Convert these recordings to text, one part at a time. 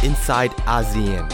inside ASEAN.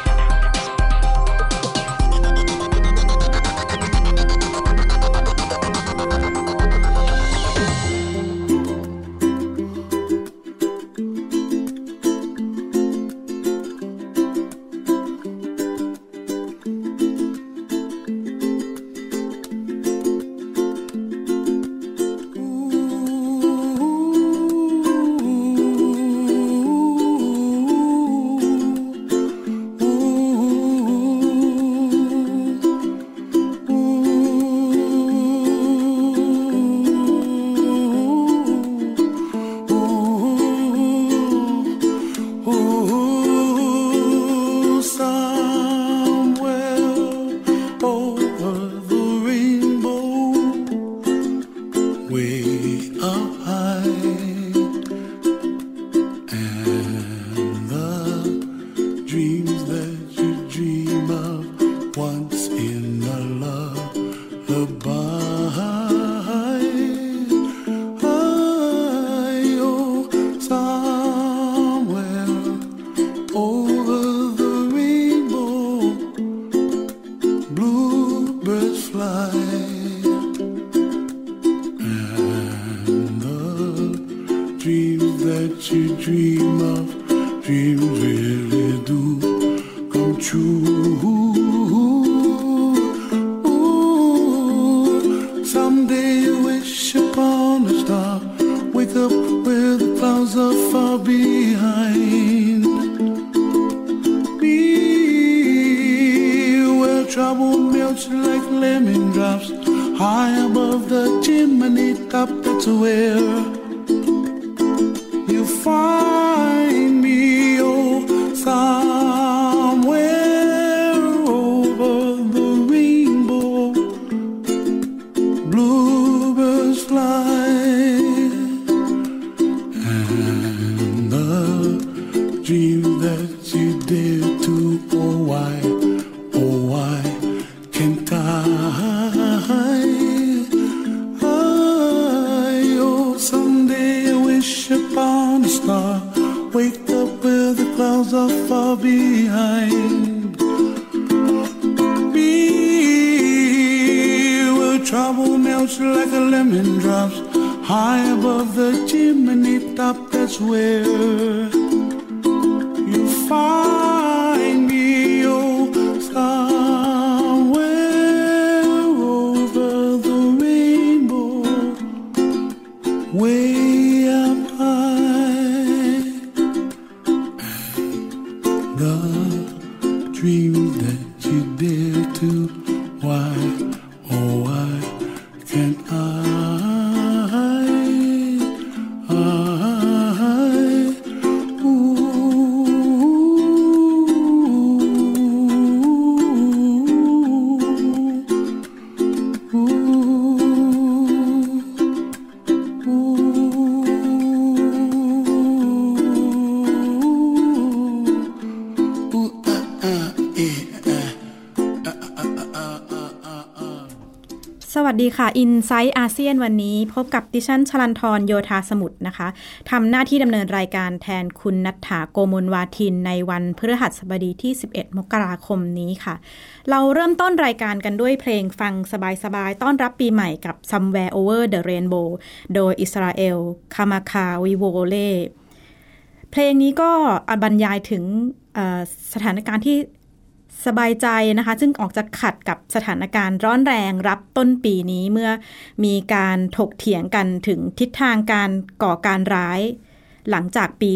สวัสดีค่ะ Inside ASEAN วันนี้พบกับดิฉันชลันทรโยธาสมุทรนะคะทำหน้าที่ดำเนินรายการแทนคุณณัฐฐาโกมลวาทินในวันพฤหัสบดีที่11มกราคมนี้ค่ะเราเริ่มต้นรายการกันด้วยเพลงฟังสบายๆต้อนรับปีใหม่กับ Somewhere Over the Rainbow โดยอิสราเอลคามาคาวิโวเล่เพลงนี้ก็บรรยายถึงสถานการณ์ที่สบายใจนะคะซึ่งออกจะขัดกับสถานการณ์ร้อนแรงรับต้นปีนี้เมื่อมีการถกเถียงกันถึงทิศทางการก่อการร้ายหลังจากปี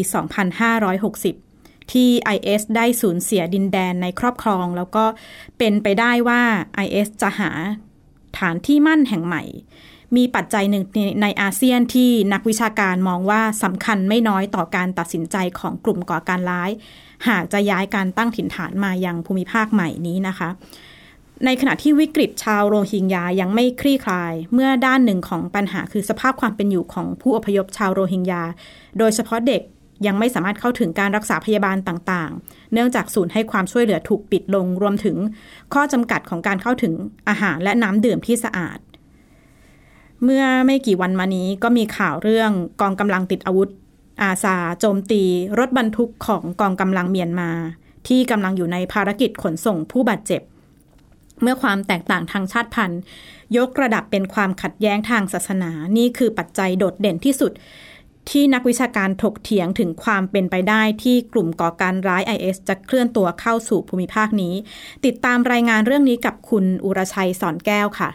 2560 ที่ IS ได้สูญเสียดินแดนในครอบครองแล้วก็เป็นไปได้ว่า IS จะหาฐานที่มั่นแห่งใหม่มีปัจจัยหนึ่งในอาเซียนที่นักวิชาการมองว่าสำคัญไม่น้อยต่อการตัดสินใจของกลุ่มก่อการร้ายหากจะย้ายการตั้งถิ่นฐานมายังภูมิภาคใหม่นี้นะคะในขณะที่วิกฤตชาวโรฮิงญายังไม่คลี่คลายเมื่อด้านหนึ่งของปัญหาคือสภาพความเป็นอยู่ของผู้อพยพชาวโรฮิงญาโดยเฉพาะเด็กยังไม่สามารถเข้าถึงการรักษาพยาบาลต่างๆเนื่องจากศูนย์ให้ความช่วยเหลือถูกปิดลงรวมถึงข้อจำกัดของการเข้าถึงอาหารและน้ำดื่มที่สะอาดเมื่อไม่กี่วันมานี้ก็มีข่าวเรื่องกองกำลังติดอาวุธอาซาโจมตีรถบรรทุกของกองกำลังเมียนมาที่กำลังอยู่ในภารกิจขนส่งผู้บาดเจ็บเมื่อความแตกต่างทางชาติพันธุ์ยกระดับเป็นความขัดแย้งทางศาสนานี่คือปัจจัยโดดเด่นที่สุดที่นักวิชาการถกเถียงถึงความเป็นไปได้ที่กลุ่มก่อการร้าย IS จะเคลื่อนตัวเข้าสู่ภูมิภาคนี้ติดตามรายงานเรื่องนี้กับคุณอุรชัยสอนแก้วค่ะ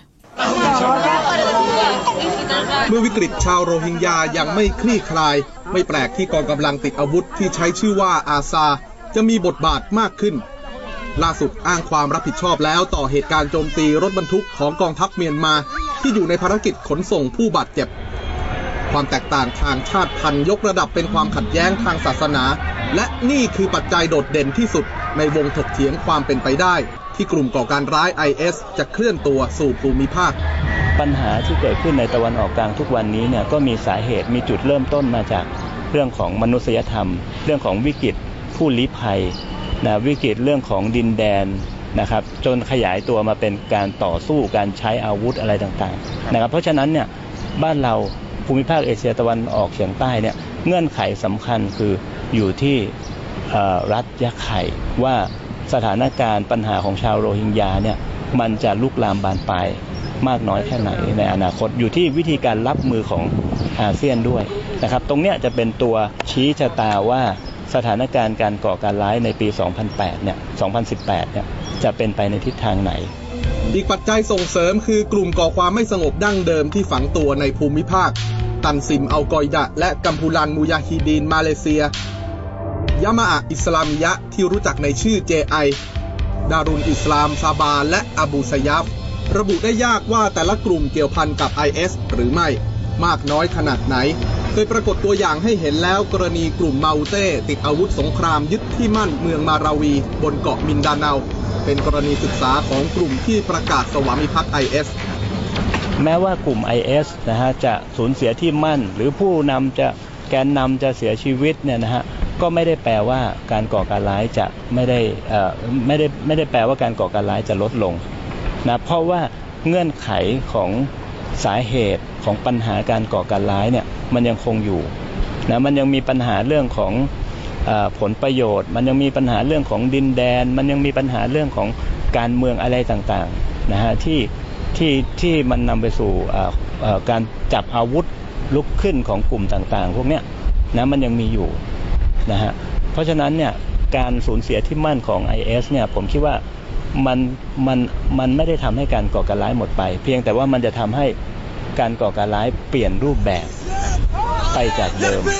เมื่อวิกฤตชาวโรฮิงญายังไม่คลี่คลายไม่แปลกที่กองกำลังติดอาวุธที่ใช้ชื่อว่าอาซาจะมีบทบาทมากขึ้นล่าสุดอ้างความรับผิดชอบแล้วต่อเหตุการณ์โจมตีรถบรรทุกของกองทัพเมียนมาที่อยู่ในภารกิจขนส่งผู้บาดเจ็บความแตกต่างทางชาติพันธุ์ยกระดับเป็นความขัดแย้งทางศาสนาและนี่คือปัจจัยโดดเด่นที่สุดในวงถกเถียงความเป็นไปได้ที่กลุ่มก่อการร้าย IS จะเคลื่อนตัวสู่ภูมิภาคปัญหาที่เกิดขึ้นในตะวันออกกลางทุกวันนี้เนี่ยก็มีสาเหตุมีจุดเริ่มต้นมาจากเรื่องของมนุษยธรรมเรื่องของวิกฤตผู้ลี้ภัยนะวิกฤตเรื่องของดินแดนนะครับจนขยายตัวมาเป็นการต่อสู้การใช้อาวุธอะไรต่างๆนะครับเพราะฉะนั้นเนี่ยบ้านเราภูมิภาคเอเชียตะวันออกเฉียงใต้เนี่ยเงื่อนไขสำคัญคืออยู่ที่รัฐยะไข่ว่าสถานการณ์ปัญหาของชาวโรฮิงญาเนี่ยมันจะลุกลามบานปลายมากน้อยแค่ไหนในอนาคตอยู่ที่วิธีการรับมือของอาเซียนด้วยนะครับตรงเนี้ยจะเป็นตัวชี้ชะตาว่าสถานการณ์การก่อการร้ายในปี 2018 เนี่ย 2018 เนี่ยจะเป็นไปในทิศทางไหนอีกปัจจัยส่งเสริมคือกลุ่มก่อความไม่สงบดั้งเดิมที่ฝังตัวในภูมิภาคตันซิมอัลกอยดะและกัมพูลันมูยาฮิดีนมาเลเซียยะมาอะอิสลามิยะที่รู้จักในชื่อ JI ดารุนอิสลามซาบาและอบูซยัฟระบุได้ยากว่าแต่ละกลุ่มเกี่ยวพันกับ IS หรือไม่มากน้อยขนาดไหนเคยปรากฏตัวอย่างให้เห็นแล้วกรณีกลุ่มมาอูเต้ติดอาวุธสงครามยึดที่มั่นเมืองมาราวีบนเกาะมินดาเนาเป็นกรณีศึกษาของกลุ่มที่ประกาศสวามิภักดิ์ IS แม้ว่ากลุ่ม IS นะฮะจะสูญเสียที่มั่นหรือผู้นำจะแกนนำจะเสียชีวิตเนี่ยนะฮะก็ไม่ได้แปลว่าการก่อการร้ายจะไม่ได้แปลว่าการก่อการร้ายจะลดลงนะเพราะว่าเงื่อนไขของสาเหตุของปัญหาการก่อการร้ายเนี่ยมันยังคงอยู่นะมันยังมีปัญหาเรื่องของผลประโยชน์มันยังมีปัญหาเรื่องของดินแดนมันยังมีปัญหาเรื่องของการเมืองอะไรต่างๆนะฮะที่มันนำไปสู่การจับอาวุธลุกขึ้นของกลุ่มต่างๆพวกเนี้ยนะมันยังมีอยู่นะฮะเพราะฉะนั้นเนี่ยการสูญเสียที่มั่นของ IS เนี่ยผมคิดว่ามันไม่ได้ทำให้การก่อการร้ายหมดไปเพียงแต่ว่ามันจะทำให้การก่อการร้ายเปลี่ยนรูปแบบไปจากเดิม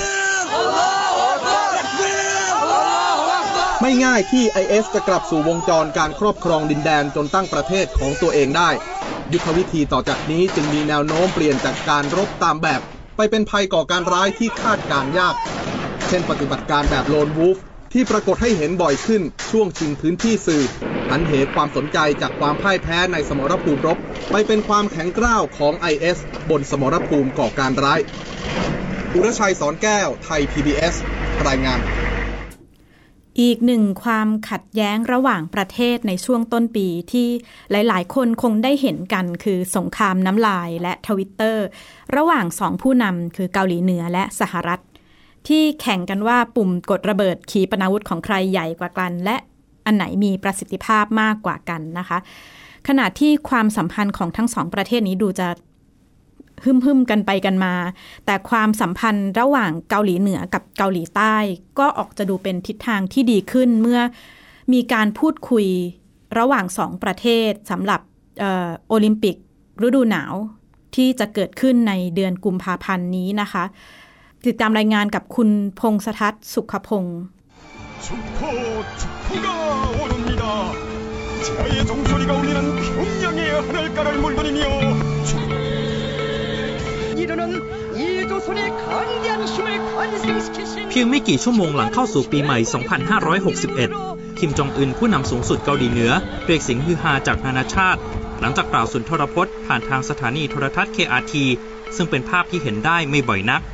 ไม่ง่ายที่ IS จะกลับสู่วงจรการครอบครองดินแดนจนตั้งประเทศของตัวเองได้ยุทธวิธีต่อจากนี้จึงมีแนวโน้มเปลี่ยนจากการรบตามแบบไปเป็นภัยก่อการร้ายที่คาดการณ์ยากเช่นปฏิบัติการแบบโลนวูฟที่ปรากฏให้เห็นบ่อยขึ้นช่วงชิงพื้นที่สื่อหันเหความสนใจจากความพ่ายแพ้ในสมรภูมิรบไปเป็นความแข็งกร้าวของ IS บนสมรภูมิก่อการร้ายอุรชัยสอนแก้วไทย PBS รายงานอีกหนึ่งความขัดแย้งระหว่างประเทศในช่วงต้นปีที่หลายๆคนคงได้เห็นกันคือสงครามน้ำลายและ Twitter ระหว่างสองผู้นำคือเกาหลีเหนือและสหรัฐที่แข่งกันว่าปุ่มกดระเบิดขีปนาวุธของใครใหญ่กว่ากันและอันไหนมีประสิทธิภาพมากกว่ากันนะคะขณะที่ความสัมพันธ์ของทั้งสองประเทศนี้ดูจะฮึ่มกันไปกันมาแต่ความสัมพันธ์ระหว่างเกาหลีเหนือกับเกาหลีใต้ก็ออกจะดูเป็นทิศทางที่ดีขึ้นเมื่อมีการพูดคุยระหว่างสองประเทศสำหรับโอลิมปิกฤดูหนาวที่จะเกิดขึ้นในเดือนกุมภาพันธ์นี้นะคะติดตามรายงานกับคุณพงษ์ทัศน์สุขพงษ์เพียงไม่กี่ชั่วโมงหลังเข้าสู่ปีใหม่ 2561 คิมจองอึนผู้นำสูงสุดเกาหลีเหนือเรียกเสียงฮือฮาจากนานาชาติหลังจากกล่าวสุนทรพจน์ผ่านทางสถานีโทรทัศน์ KRT ซึ่งเป็นภาพที่เห็นได้ไม่บ่อยนัก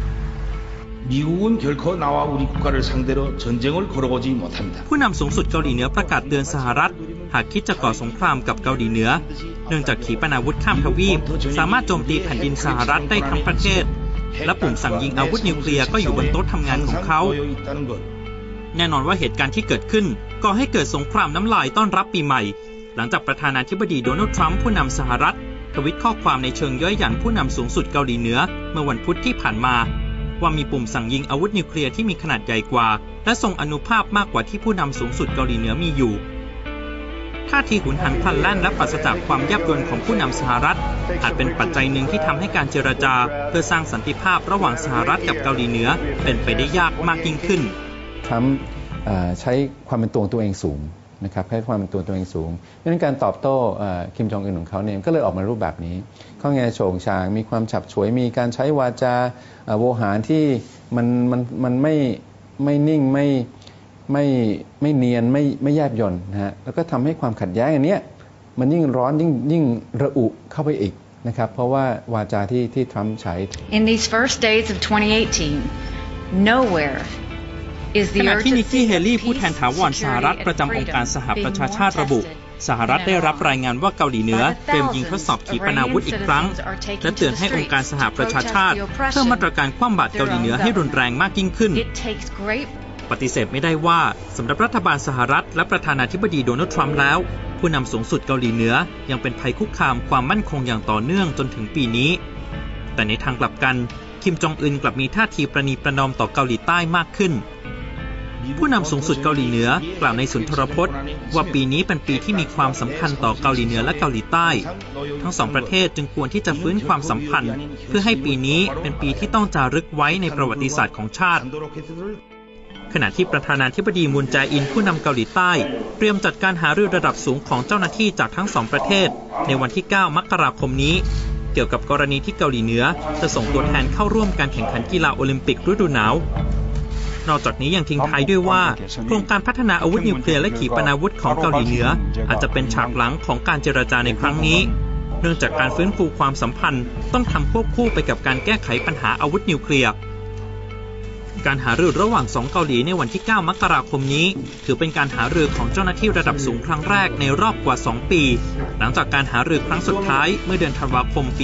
ผู้นำสูงสุดเกาหลีเหนือประกาศเตือนสหรัฐหากคิดจะก่อสงครามกับเกาหลีเหนือเนื่องจากขีปนาวุธข้ามทวีปสามารถโจมตีแผ่นดินสหรัฐได้ทั้งประเทศและปุ่มสั่งยิงอาวุธนิวเคลียร์ก็อยู่บนโต๊ะทำงานของเขาแน่นอนว่าเหตุการณ์ที่เกิดขึ้นก่อให้เกิดสงครามน้ำลายต้อนรับปีใหม่หลังจากประธานาธิบดีโดนัลด์ทรัมป์ผู้นำสหรัฐทวิตข้อความในเชิงย้อยหยันผู้นำสูงสุดเกาหลีเหนือเมื่อวันพุธที่ผ่านมาว่ามีปุ่มสั่งยิงอาวุธนิวเคลียร์ที่มีขนาดใหญ่กว่าและทรงอานุภาพมากกว่าที่ผู้นำสูงสุดเกาหลีเหนือมีอยู่ท่าทีหุนหันพลันแล่นและปราศจากความยับยั้งของผู้นำสหรัฐอาจเป็นปัจจัยหนึ่งที่ทำให้การเจรจาเพื่อสร้างสันติภาพระหว่างสหรัฐกับเกาหลีเหนือเป็นไปได้ยากมากยิ่งขึ้นทรัมป์ใช้ความเป็นตัวเองสูงนะครับให้ความเป็นตัวเองสูงดังนั้นการตอบโต้คิมจองอึนของเขาเนี่ยก็เลยออกมารูปแบบนี้ข้อแง่โฉงฉางมีความฉับฉวยมีการใช้วาจาโวหารที่มันไม่นิ่งไม่เนียนไม่แยบยลนะฮะแล้วก็ทำให้ความขัดแย้งอันนี้มันยิ่งร้อนยิ่งระอุเข้าไปอีกนะครับเพราะว่าวาจาที่ทรัมป์ใช้ In these first days of 2018 nowhere ขณะที่นิกกี้เฮลี่ผู้แทนถาวรสหรัฐประจำองค์การสหประชาชาติระบุสหรัฐได้รับรายงานว่าเกาหลีเหนือเตรียมยิงทดสอบขีปนาวุธอีกครั้งและเตือนให้องค์การสหประชาชาติเพิ่มมาตรการคว่ำบาตรเกาหลีเหนือให้รุนแรงมากยิ่งขึ้นปฏิเสธไม่ได้ว่าสำหรับรัฐบาลสหรัฐและประธานาธิบดีโดนัลด์ทรัมป์แล้วผู้นำสูงสุดเกาหลีเหนือยังเป็นภัยคุกคามความมั่นคงอย่างต่อเนื่องจนถึงปีนี้แต่ในทางกลับกันคิมจองอึนกลับมีท่าทีประนีประนอมต่อเกาหลีใต้มากขึ้นผู้นำสูงสุดเกาหลีเหนือกล่าวในสุนทรพจน์ว่าปีนี้เป็นปีที่มีความสำคัญต่อเกาหลีเหนือและเกาหลีใต้ทั้งสองประเทศจึงควรที่จะฟื้นความสัมพันธ์เพื่อให้ปีนี้เป็นปีที่ต้องจารึกไว้ในประวัติศาสตร์ของชาติขณะที่ประธานาธิบดีมูนแจอินผู้นำเกาหลีใต้เตรียมจัดการหารือระดับสูงของเจ้าหน้าที่จากทั้งสองประเทศในวันที่ 9 มกราคมนี้เกี่ยวกับกรณีที่เกาหลีเหนือจะส่งตัวแทนเข้าร่วมการแข่งขันกีฬาโอลิมปิกฤดูหนาวนอกจากนี้ยังทิ้งท้ายด้วยว่าโครงการพัฒนาอาวุธนิวเคลียร์และขีปนาวุธของเกาหลีเหนืออาจจะเป็นฉากหลังของการเจรจาในครั้งนี้เนื่องจากการฟื้นฟูความสัมพันธ์ต้องทำควบคู่ไปกับการแก้ไขปัญหาอาวุธนิวเคลียร์การหารือระหว่าง2เกาหลีในวันที่ 9 มกราคมนี้ถือเป็นการหารือของเจ้าหน้าที่ระดับสูงครั้งแรกในรอบกว่า2ปีหลังจากการหารือครั้งสุดท้ายเมื่อเดือนธันวาคมปี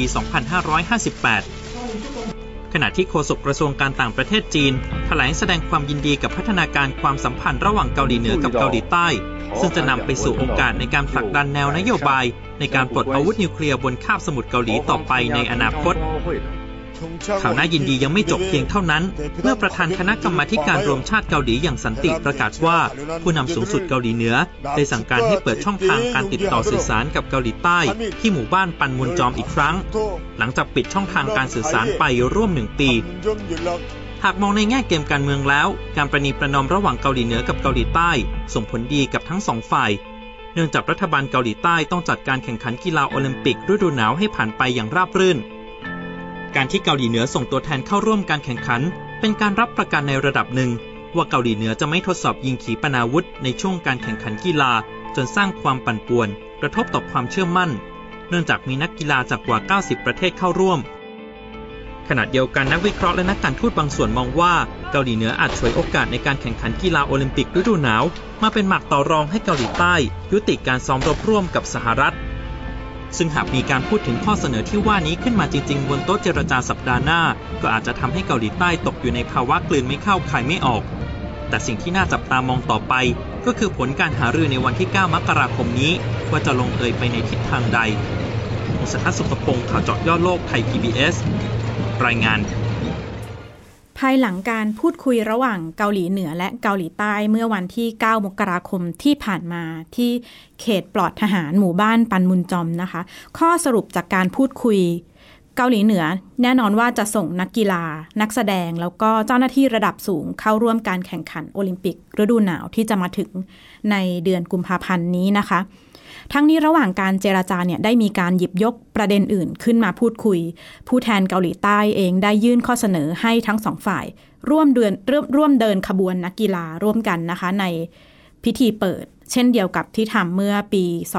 2558 ขณะที่โฆษกกระทรวงการต่างประเทศจีนแถลงแสดงความยินดีกับพัฒนาการความสัมพันธ์ระหว่างเกาหลีเหนือกับเกาหลีใต้ซึ่งจะนำไปสู่โอกาสในการผลักดันแนวนโยบายในการปลดอาวุธนิวเคลียร์บนคาบสมุทรเกาหลีต่อไปในอนาคตข่าวน่ายินดียังไม่จบเพียงเท่านั้นเมื่อประธานคณะกรรมาธิการรวมชาติเกาหลีอย่างสันติประกาศว่าผู้นำสูงสุดเกาหลีเหนือได้สั่งการให้เปิดช่องทางการติดต่อสื่อสารกับเกาหลีใต้ที่หมู่บ้านปันมุนจอมอีกครั้งหลังจากปิดช่องทางการสื่อสารไปร่วม1 ปีหากมองในแง่เกมการเมืองแล้วการประนีประนอมระหว่างเกาหลีเหนือกับเกาหลีใต้ส่งผลดีกับทั้ง2 ฝ่ายเนื่องจากรัฐบาลเกาหลีใต้ต้องจัดการแข่งขันกีฬาโอลิมปิกฤดูหนาวให้ผ่านไปอย่างราบรื่นการที่เกาหลีเหนือส่งตัวแทนเข้าร่วมการแข่งขันเป็นการรับประกันในระดับหนึ่งว่าเกาหลีเหนือจะไม่ทดสอบยิงขีปนาวุธในช่วงการแข่งขันกีฬาจนสร้างความปั่นป่วนกระทบต่อความเชื่อมั่นเนื่องจากมีนักกีฬาจากกว่า90ประเทศเข้าร่วมขณะเดียวกันนักวิเคราะห์และนักการทูตบางส่วนมองว่าเกาหลีเหนืออาจฉวยโอกาสในการแข่งขันกีฬาโอลิมปิกฤดูหนาวมาเป็นหมากต่อรองให้เกาหลีใต้ยุติการซ้อมรบร่วมกับสหรัฐซึ่งหากมีการพูดถึงข้อเสนอที่ว่านี้ขึ้นมาจริงๆบนโต๊ะเจรจาสัปดาห์หน้าก็อาจจะทำให้เกาหลีใต้ตกอยู่ในภาวะกลืนไม่เข้าคายไม่ออกแต่สิ่งที่น่าจับตามองต่อไปก็คือผลการหารือในวันที่ 9 มกราคมนี้ว่าจะลงเอยไปในทิศทางใดสทัศน์สุขพงศ์ข่าวเจาะยอดโลกไทย PBS รายงานภายหลังการพูดคุยระหว่างเกาหลีเหนือและเกาหลีใต้เมื่อวันที่ 9 มกราคมที่ผ่านมาที่เขตปลอดทหารหมู่บ้านปันมุนจอมนะคะข้อสรุปจากการพูดคุยเกาหลีเหนือแน่นอนว่าจะส่งนักกีฬานักแสดงแล้วก็เจ้าหน้าที่ระดับสูงเข้าร่วมการแข่งขันโอลิมปิกฤดูหนาวที่จะมาถึงในเดือนกุมภาพันธ์นี้นะคะทั้งนี้ระหว่างการเจรจาเนี่ยได้มีการหยิบยกประเด็นอื่นขึ้นมาพูดคุยผู้แทนเกาหลีใต้เองได้ยื่นข้อเสนอให้ทั้งสองฝ่ายร่วมเดินขบวนนักกีฬาร่วมกันนะคะในพิธีเปิดเช่นเดียวกับที่ทำเมื่อปี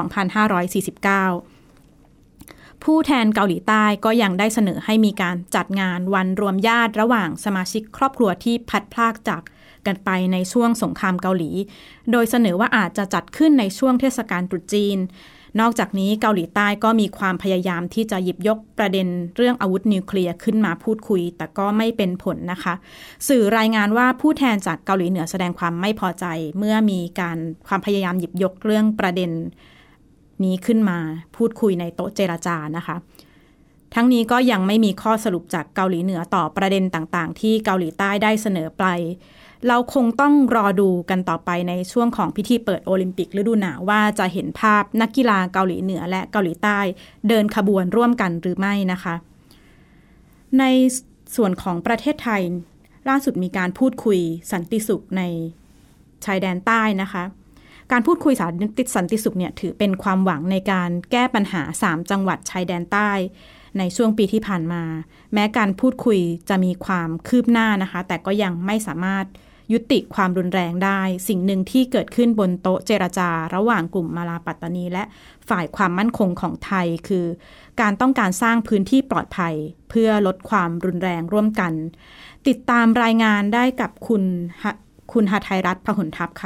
2549 ผู้แทนเกาหลีใต้ก็ยังได้เสนอให้มีการจัดงานวันรวมญาติระหว่างสมาชิกครอบครัวที่พลัดพรากจากกันไปในช่วงสงครามเกาหลีโดยเสนอว่าอาจจะจัดขึ้นในช่วงเทศกาลตรุษจีนนอกจากนี้เกาหลีใต้ก็มีความพยายามที่จะหยิบยกประเด็นเรื่องอาวุธนิวเคลียร์ขึ้นมาพูดคุยแต่ก็ไม่เป็นผลนะคะสื่อรายงานว่าผู้แทนจากเกาหลีเหนือแสดงความไม่พอใจเมื่อมีความพยายามหยิบยกเรื่องประเด็นนี้ขึ้นมาพูดคุยในโต๊ะเจรจานะคะทั้งนี้ก็ยังไม่มีข้อสรุปจากเกาหลีเหนือต่อประเด็นต่างๆที่เกาหลีใต้ได้เสนอไปเราคงต้องรอดูกันต่อไปในช่วงของพิธีเปิดโอลิมปิกฤดูหนาวว่าจะเห็นภาพนักกีฬาเกาหลีเหนือและเกาหลีใต้เดินขบวนร่วมกันหรือไม่นะคะในส่วนของประเทศไทยล่าสุดมีการพูดคุยสันติสุขในชายแดนใต้นะคะการพูดคุยสันติสุขเนี่ยถือเป็นความหวังในการแก้ปัญหา3จังหวัดชายแดนใต้ในช่วงปีที่ผ่านมาแม้การพูดคุยจะมีความคืบหน้านะคะแต่ก็ยังไม่สามารถยุติความรุนแรงได้สิ่งหนึ่งที่เกิดขึ้นบนโต๊ะเจรจาระหว่างกลุ่มมาลาปัตตานีและฝ่ายความมั่นคงของไทยคือการต้องการสร้างพื้นที่ปลอดภัยเพื่อลดความรุนแรงร่วมกันติดตามรายงานได้กับคุณหทัยรัตน์พหลทัพค่ะ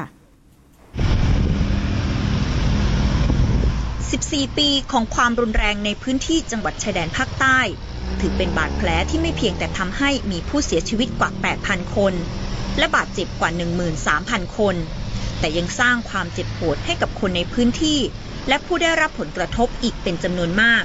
14 ปีของความรุนแรงในพื้นที่จังหวัดชายแดนภาคใต้ถือเป็นบาดแผลที่ไม่เพียงแต่ทำให้มีผู้เสียชีวิตกว่า 8,000 คนและบาดเจ็บกว่า 13,000 คนแต่ยังสร้างความเจ็บปวดให้กับคนในพื้นที่และผู้ได้รับผลกระทบอีกเป็นจำนวนมาก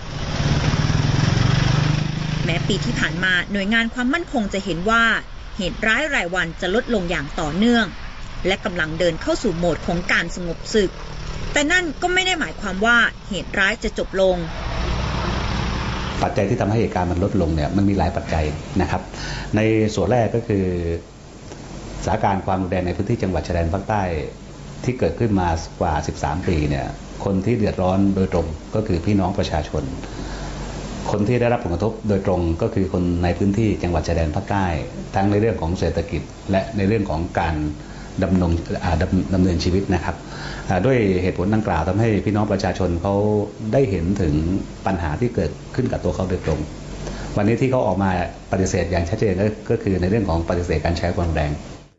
แม้ปีที่ผ่านมาหน่วยงานความมั่นคงจะเห็นว่าเหตุร้ายรายวันจะลดลงอย่างต่อเนื่องและกำลังเดินเข้าสู่โหมดของการสงบศึกแต่นั่นก็ไม่ได้หมายความว่าเหตุร้ายจะจบลงปัจจัยที่ทำให้เหตุการณ์มันลดลงเนี่ยมันมีหลายปัจจัยนะครับในส่วนแรกก็คือสถานการณ์ความรุนแรงในพื้นที่จังหวัดชายแดนภาคใต้ที่เกิดขึ้นมากว่า13ปีเนี่ยคนที่เดือดร้อนโดยตรงก็คือพี่น้องประชาชนคนที่ได้รับผลกระทบโดยตรงก็คือคนในพื้นที่จังหวัดชายแดนภาคใต้ทั้งในเรื่องของเศรษฐกิจและในเรื่องของการดำเนินชีวิตนะครับด้วยเหตุผลดังกล่าวทำให้พี่น้องประชาชนเขาได้เห็นถึงปัญหาที่เกิดขึ้นกับตัวเขาโดยตรงวันนี้ที่เขาออกมาปฏิเสธอย่างชัดเจนก็คือในเรื่องของปฏิเสธการใช้ความรุนแรง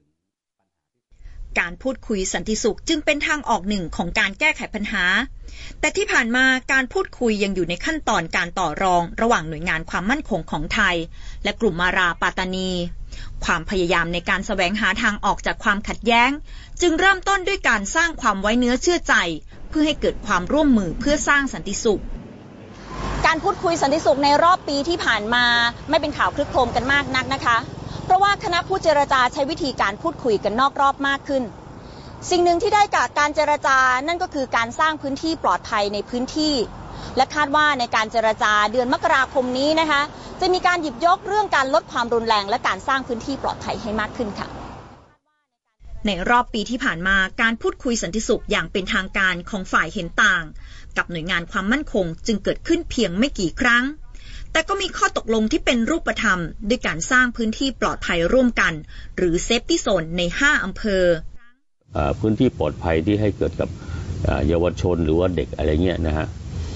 การพูดคุยสันติสุขจึงเป็นทางออกหนึ่งของการแก้ไขปัญหาแต่ที่ผ่านมาการพูดคุยยังอยู่ในขั้นตอนการต่อรองระหว่างหน่วยงานความมั่นคงของไทยและกลุ่มมาราปัตตานีความพยายามในการแสวงหาทางออกจากความขัดแย้งจึงเริ่มต้นด้วยการสร้างความไว้เนื้อเชื่อใจเพื่อให้เกิดความร่วมมือเพื่อสร้างสันติสุขการพูดคุยสันติสุขในรอบปีที่ผ่านมาไม่เป็นข่าวคลึกโครมกันมากนักนะคะเพราะว่าคณะผู้เจรจาใช้วิธีการพูดคุยกันนอกรอบมากขึ้นสิ่งหนึ่งที่ได้จากการเจรจานั่นก็คือการสร้างพื้นที่ปลอดภัยในพื้นที่และคาดว่าในการเจรจาเดือนมกราคมนี้นะคะจะมีการหยิบยกเรื่องการลดความรุนแรงและการสร้างพื้นที่ปลอดภัยให้มากขึ้นค่ะในรอบปีที่ผ่านมาการพูดคุยสันติสุขอย่างเป็นทางการของฝ่ายเห็นต่างกับหน่วยงานความมั่นคงจึงเกิดขึ้นเพียงไม่กี่ครั้งแต่ก็มีข้อตกลงที่เป็นรูปธรรมด้วยการสร้างพื้นที่ปลอดภัยร่วมกันหรือเซฟตี้โซนใน5อำเภอพื้นที่ปลอดภัยที่ให้เกิดกับเยาวชนหรือว่าเด็กอะไรเงี้ยนะฮะ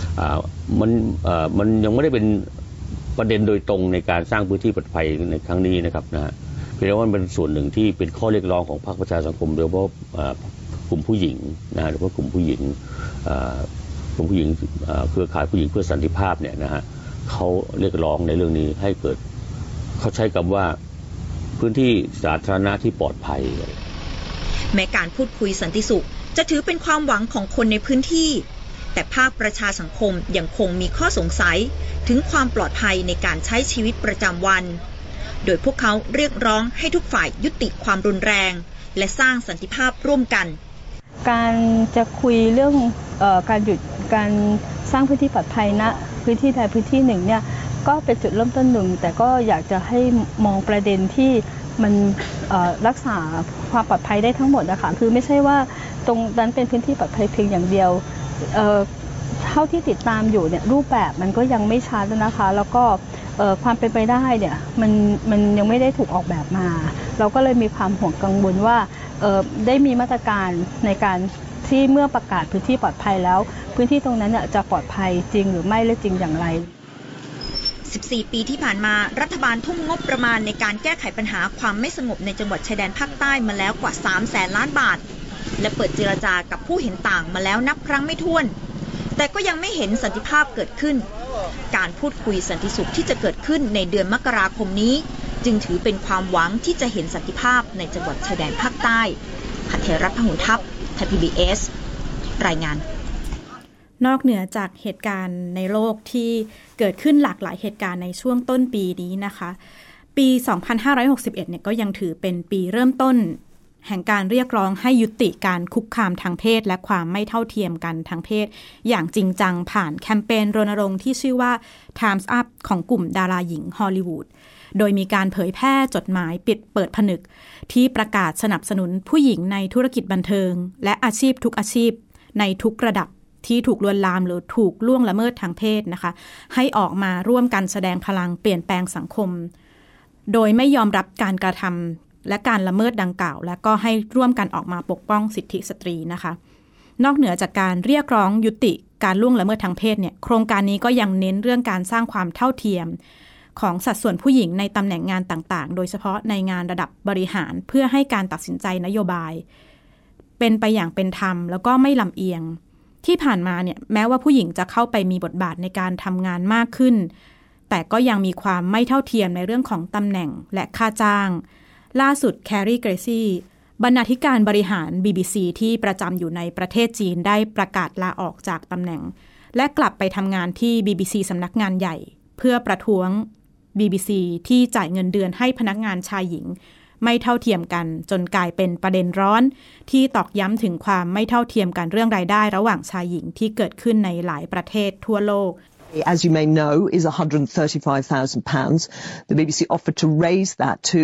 มันยังไม่ได้เป็นประเด็นโดยตรงในการสร้างพื้นที่ปลอดภัยในครั้งนี้นะครับนะฮะเพราะว่ามันเป็นส่วนหนึ่งที่เป็นข้อเรียกร้องของภาคประชาสังคมโดยเฉพาะกลุ่มผู้หญิงนะหรือว่ากลุ่มผู้หญิงเครือข่ายผู้หญิงเพื่อสันติภาพเนี่ยนะฮะเขาเรียกร้องในเรื่องนี้ให้เกิดเขาใช้คำว่าพื้นที่สาธารณะที่ปลอดภัยแม้การพูดคุยสันติสุขจะถือเป็นความหวังของคนในพื้นที่แต่ภาคประชาสังคมยังคงมีข้อสงสัยถึงความปลอดภัยในการใช้ชีวิตประจำวันโดยพวกเขาเรียกร้องให้ทุกฝ่ายยุติความรุนแรงและสร้างสันติภาพร่วมกันการจะคุยเรื่องการหยุดการสร้างพื้นที่ปลอดภัยณพื้นที่ใดพื้นที่หนึ่งเนี่ยก็เป็นจุดเริ่มต้นหนึ่งแต่ก็อยากจะให้มองประเด็นที่มันรักษาความปลอดภัยได้ทั้งหมดนะคะคือไม่ใช่ว่าตรงนั้นเป็นพื้นที่ปลอดภัยเพียงอย่างเดียวเท่าที่ติดตามอยู่เนี่ยรูปแบบมันก็ยังไม่ชัดนะคะแล้วก็ความเป็นไปได้เนี่ยมันยังไม่ได้ถูกออกแบบมาเราก็เลยมีความห่วงกังวลว่าได้มีมาตรการในการที่เมื่อประกาศพื้นที่ปลอดภัยแล้วพื้นที่ตรงนั้นจะปลอดภัยจริงหรือไม่และจริงอย่างไร 14 ปีที่ผ่านมารัฐบาลทุ่มงบประมาณในการแก้ไขปัญหาความไม่สงบในจังหวัดชายแดนภาคใต้มาแล้วกว่า 300,000 ล้านบาทและเปิดเจรจากับผู้เห็นต่างมาแล้วนับครั้งไม่ถ้วนแต่ก็ยังไม่เห็นสันติภาพเกิดขึ้นการพูดคุยสันติสุขที่จะเกิดขึ้นในเดือนมกราคมนี้จึงถือเป็นความหวังที่จะเห็นสันติภาพในจังหวัดชายแดนภาคใต้หัตถรัตน์ พหุลทัพ ไทย PBS รายงานนอกเหนือจากเหตุการณ์ในโลกที่เกิดขึ้นหลากหลายเหตุการณ์ในช่วงต้นปีนี้นะคะปี 2561 เนี่ยก็ยังถือเป็นปีเริ่มต้นแห่งการเรียกร้องให้ยุติการคุกคามทางเพศและความไม่เท่าเทียมกันทางเพศอย่างจริงจังผ่านแคมเปญรณรงค์ที่ชื่อว่า Time's Up ของกลุ่มดาราหญิงฮอลลีวูดโดยมีการเผยแพร่จดหมายเปิดผนึกที่ประกาศสนับสนุนผู้หญิงในธุรกิจบันเทิงและอาชีพทุกอาชีพในทุกระดับที่ถูกลวนลามหรือถูกล่วงละเมิดทางเพศนะคะให้ออกมาร่วมกันแสดงพลังเปลี่ยนแปลงสังคมโดยไม่ยอมรับการกระทำและการละเมิดดังกล่าวและก็ให้ร่วมกันออกมาปกป้องสิทธิสตรีนะคะนอกเหนือจากการเรียกร้องยุติการล่วงละเมิดทางเพศเนี่ยโครงการนี้ก็ยังเน้นเรื่องการสร้างความเท่าเทียมของสัดส่วนผู้หญิงในตำแหน่งงานต่างๆโดยเฉพาะในงานระดับบริหารเพื่อให้การตัดสินใจนโยบายเป็นไปอย่างเป็นธรรมแล้วก็ไม่ลำเอียงที่ผ่านมาเนี่ยแม้ว่าผู้หญิงจะเข้าไปมีบทบาทในการทำงานมากขึ้นแต่ก็ยังมีความไม่เท่าเทียมในเรื่องของตำแหน่งและค่าจ้างล่าสุดแครีเกรซี่บรรณาธิการบริหาร BBC ที่ประจำอยู่ในประเทศจีนได้ประกาศลาออกจากตำแหน่งและกลับไปทำงานที่ BBC สำนักงานใหญ่เพื่อประท้วง BBC ที่จ่ายเงินเดือนให้พนักงานชายหญิงไม่เท่าเทียมกันจนกลายเป็นประเด็นร้อนที่ตอกย้ำถึงความไม่เท่าเทียมกันเรื่องรายได้ระหว่างชายหญิงที่เกิดขึ้นในหลายประเทศทั่วโลก As you may know, is £135,000. The BBC offered to raise that to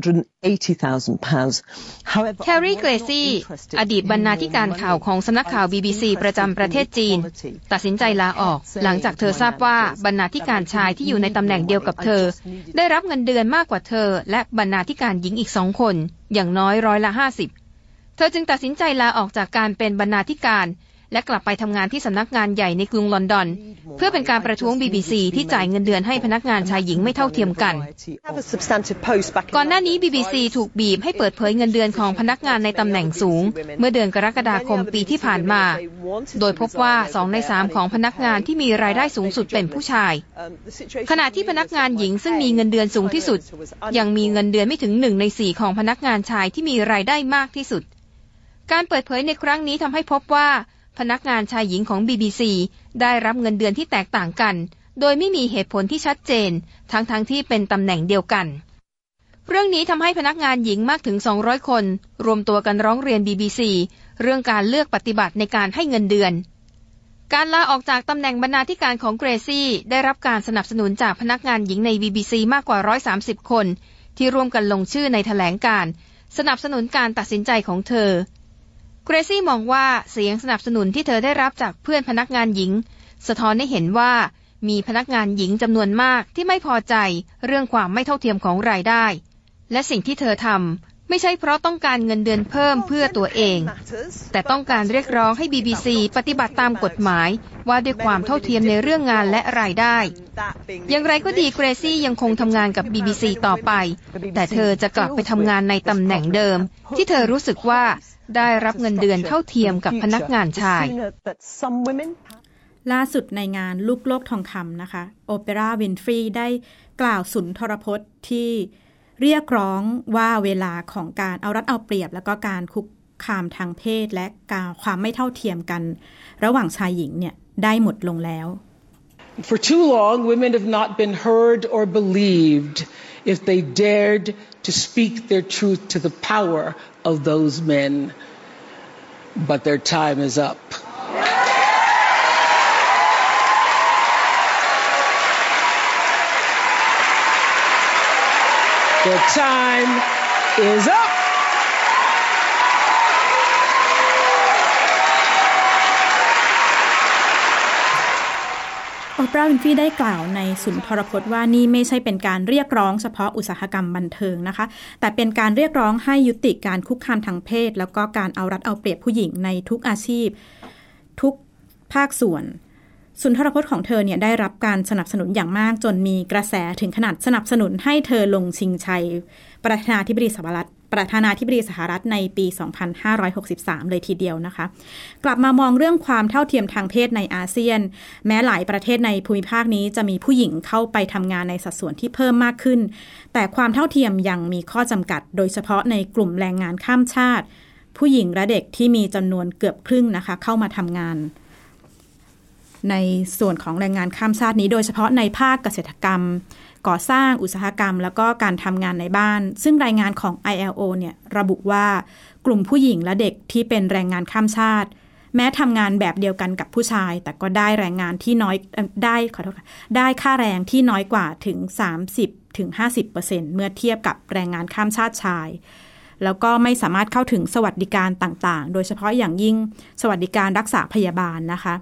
£180,000. However, Carrie Gracie อดีตบรรณาธิการข่าวของสำนักข่าว BBC ประจำประเทศจีนตัดสินใจลาออกหลังจากเธอทราบว่าบรรณาธิการชายที่อยู่ในตำแหน่งเดียวกับเธอได้รับเงินเดือนมากกว่าเธอและบรรณาธิการหญิงอีก2 คนอย่างน้อย50%เธอจึงตัดสินใจลาออกจากการเป็นบรรณาธิการและกลับไปทำงานที่สำนักงานใหญ่ในกรุงลอนดอนเพื่อเป็นการประท้วง BBC ที่จ่ายเงินเดือนให้พนักงานชายหญิงไม่เท่าเทียมกันก่อนหน้านี้ BBC ถูกบีบให้เปิดเผยเงินเดือนของพนักงานในตำแหน่งสูงเมื่อเดือนกรกฎาคมปีที่ผ่านมาโดยพบว่า2 ใน 3ของพนักงานที่มีรายได้สูงสุดเป็นผู้ชายขณะที่พนักงานหญิงซึ่งมีเงินเดือนสูงที่สุดยังมีเงินเดือนไม่ถึง1 ใน 4ของพนักงานชายที่มีรายได้มากที่สุดการเปิดเผยในครั้งนี้ทำให้พบว่าพนักงานชายหญิงของ BBC ได้รับเงินเดือนที่แตกต่างกันโดยไม่มีเหตุผลที่ชัดเจนทั้งที่เป็นตำแหน่งเดียวกันเรื่องนี้ทำให้พนักงานหญิงมากถึง200 คนรวมตัวกันร้องเรียน BBC เรื่องการเลือกปฏิบัติในการให้เงินเดือนการลาออกจากตำแหน่งบรรณาธิการของเกรซี่ได้รับการสนับสนุนจากพนักงานหญิงใน BBC มากกว่า130 คนที่ร่วมกันลงชื่อในแถลงการณ์สนับสนุนการตัดสินใจของเธอเกรซี่มองว่าเสียงสนับสนุนที่เธอได้รับจากเพื่อนพนักงานหญิงสะท้อนให้เห็นว่ามีพนักงานหญิงจำนวนมากที่ไม่พอใจเรื่องความไม่เท่าเทียมของรายได้และสิ่งที่เธอทำไม่ใช่เพราะต้องการเงินเดือนเพิ่มเพื่อตัวเองแต่ต้องการเรียกร้องให้ BBC ปฏิบัติตามกฎหมายว่าด้วยความเท่าเทียมในเรื่องงานและรายได้อย่างไรก็ดีเกรซี่ยังคงทำงานกับ BBC ต่อไปแต่เธอจะกลับไปทำงานในตำแหน่งเดิมที่เธอรู้สึกว่าได้รับเงินเดือนเท่าเทียมกับพนักงานชายล่าสุดในงานลูกโลกทองคำนะคะโอเปร่าวินฟรีได้กล่าวสุนทรพจน์ที่เรียกร้องว่าเวลาของการเอารัดเอาเปรียบแล้วก็การคุกคามทางเพศและการความไม่เท่าเทียมกันระหว่างชายหญิงเนี่ยได้หมดลงแล้ว For too long, women have not been heard or believed if they dared to speak their truth to the power of those men. But their time is up. Their time is up. โอเปร่าวินฟรีได้กล่าวในสุนทรพจน์ว่านี่ไม่ใช่เป็นการเรียกร้องเฉพาะอุตสาหกรรมบันเทิงนะคะแต่เป็นการเรียกร้องให้ยุติการคุกคามทางเพศแล้วก็การเอารัดเอาเปรียบผู้หญิงในทุกอาชีพทุกภาคส่วนสุนทรพจน์ของเธอเนี่ยได้รับการสนับสนุนอย่างมากจนมีกระแสถึงขนาดสนับสนุนให้เธอลงชิงชัยประธานาธิบดีสหรัฐในปี 2563 เลยทีเดียวนะคะกลับมามองเรื่องความเท่าเทียมทางเพศในอาเซียนแม้หลายประเทศในภูมิภาคนี้จะมีผู้หญิงเข้าไปทำงานในสัดส่วนที่เพิ่มมากขึ้นแต่ความเท่าเทียมยังมีข้อจำกัดโดยเฉพาะในกลุ่มแรงงานข้ามชาติผู้หญิงและเด็กที่มีจำนวนเกือบครึ่งนะคะเข้ามาทำงานในส่วนของแรงงานข้ามชาตินี้โดยเฉพาะในภาคเกษตรกรรมก่อสร้างอุตสาหกรรมแล้วก็การทำงานในบ้านซึ่งรายงานของ ILO เนี่ยระบุว่ากลุ่มผู้หญิงและเด็กที่เป็นแรงงานข้ามชาติแม้ทำงานแบบเดียวกันกับผู้ชายแต่ก็ได้แรงงานที่น้อยได้ค่าแรงที่น้อยกว่าถึง 30-50% เมื่อเทียบกับแรงงานข้ามชาติชายแล้วก็ไม่สามารถเข้าถึงสวัสดิการต่างๆโดยเฉพาะอย่างยิ่งสวัสดิการรักษาพยาบาลนะคะ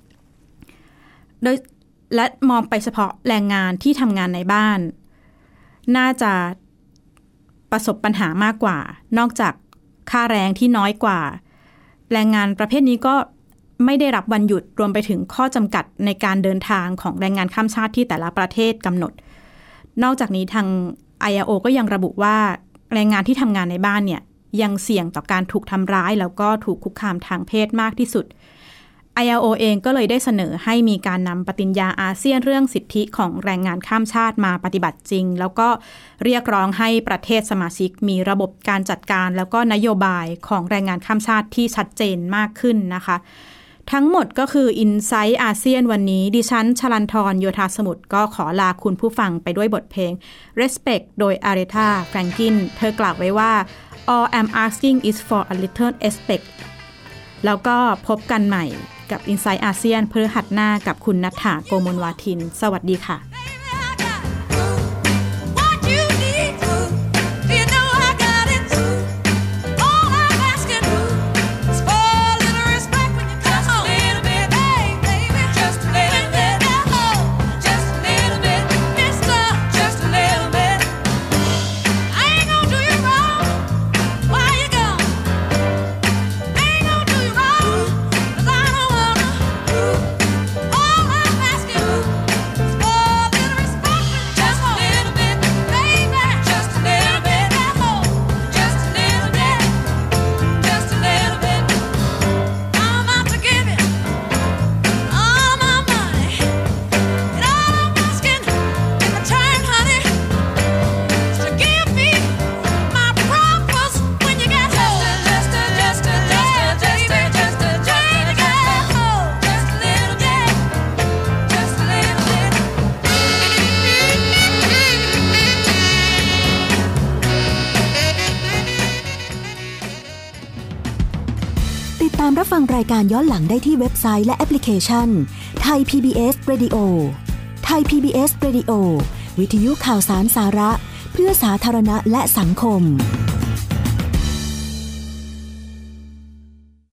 และมองไปเฉพาะแรงงานที่ทำงานในบ้านน่าจะประสบปัญหามากกว่านอกจากค่าแรงที่น้อยกว่าแรงงานประเภทนี้ก็ไม่ได้รับวันหยุดรวมไปถึงข้อจำกัดในการเดินทางของแรงงานข้ามชาติที่แต่ละประเทศกำหนดนอกจากนี้ทาง ILO ก็ยังระบุว่าแรงงานที่ทำงานในบ้านเนี่ยยังเสี่ยงต่อการถูกทำร้ายแล้วก็ถูกคุกคามทางเพศมากที่สุดILO เองก็เลยได้เสนอให้มีการนำปฏิญญาอาเซียนเรื่องสิทธิของแรงงานข้ามชาติมาปฏิบัติจริงแล้วก็เรียกร้องให้ประเทศสมาชิกมีระบบการจัดการแล้วก็นโยบายของแรงงานข้ามชาติที่ชัดเจนมากขึ้นนะคะทั้งหมดก็คือ Insight อาเซียนวันนี้ดิฉันชลันทรโยธาสมุทรก็ขอลาคุณผู้ฟังไปด้วยบทเพลง Respect โดย Aretha Franklin เธอกล่าวไว้ว่า All I'm asking is for a little respect แล้วก็พบกันใหม่กับ Insight อาเซียนพฤหัสหน้ากับคุณณัฐฐา โกมลวาทินสวัสดีค่ะรับฟังรายการย้อนหลังได้ที่เว็บไซต์และแอปพลิเคชัน Thai PBS Radio Thai PBS Radio วิทยุข่าวสารสาระเพื่อสาธารณะและสังคม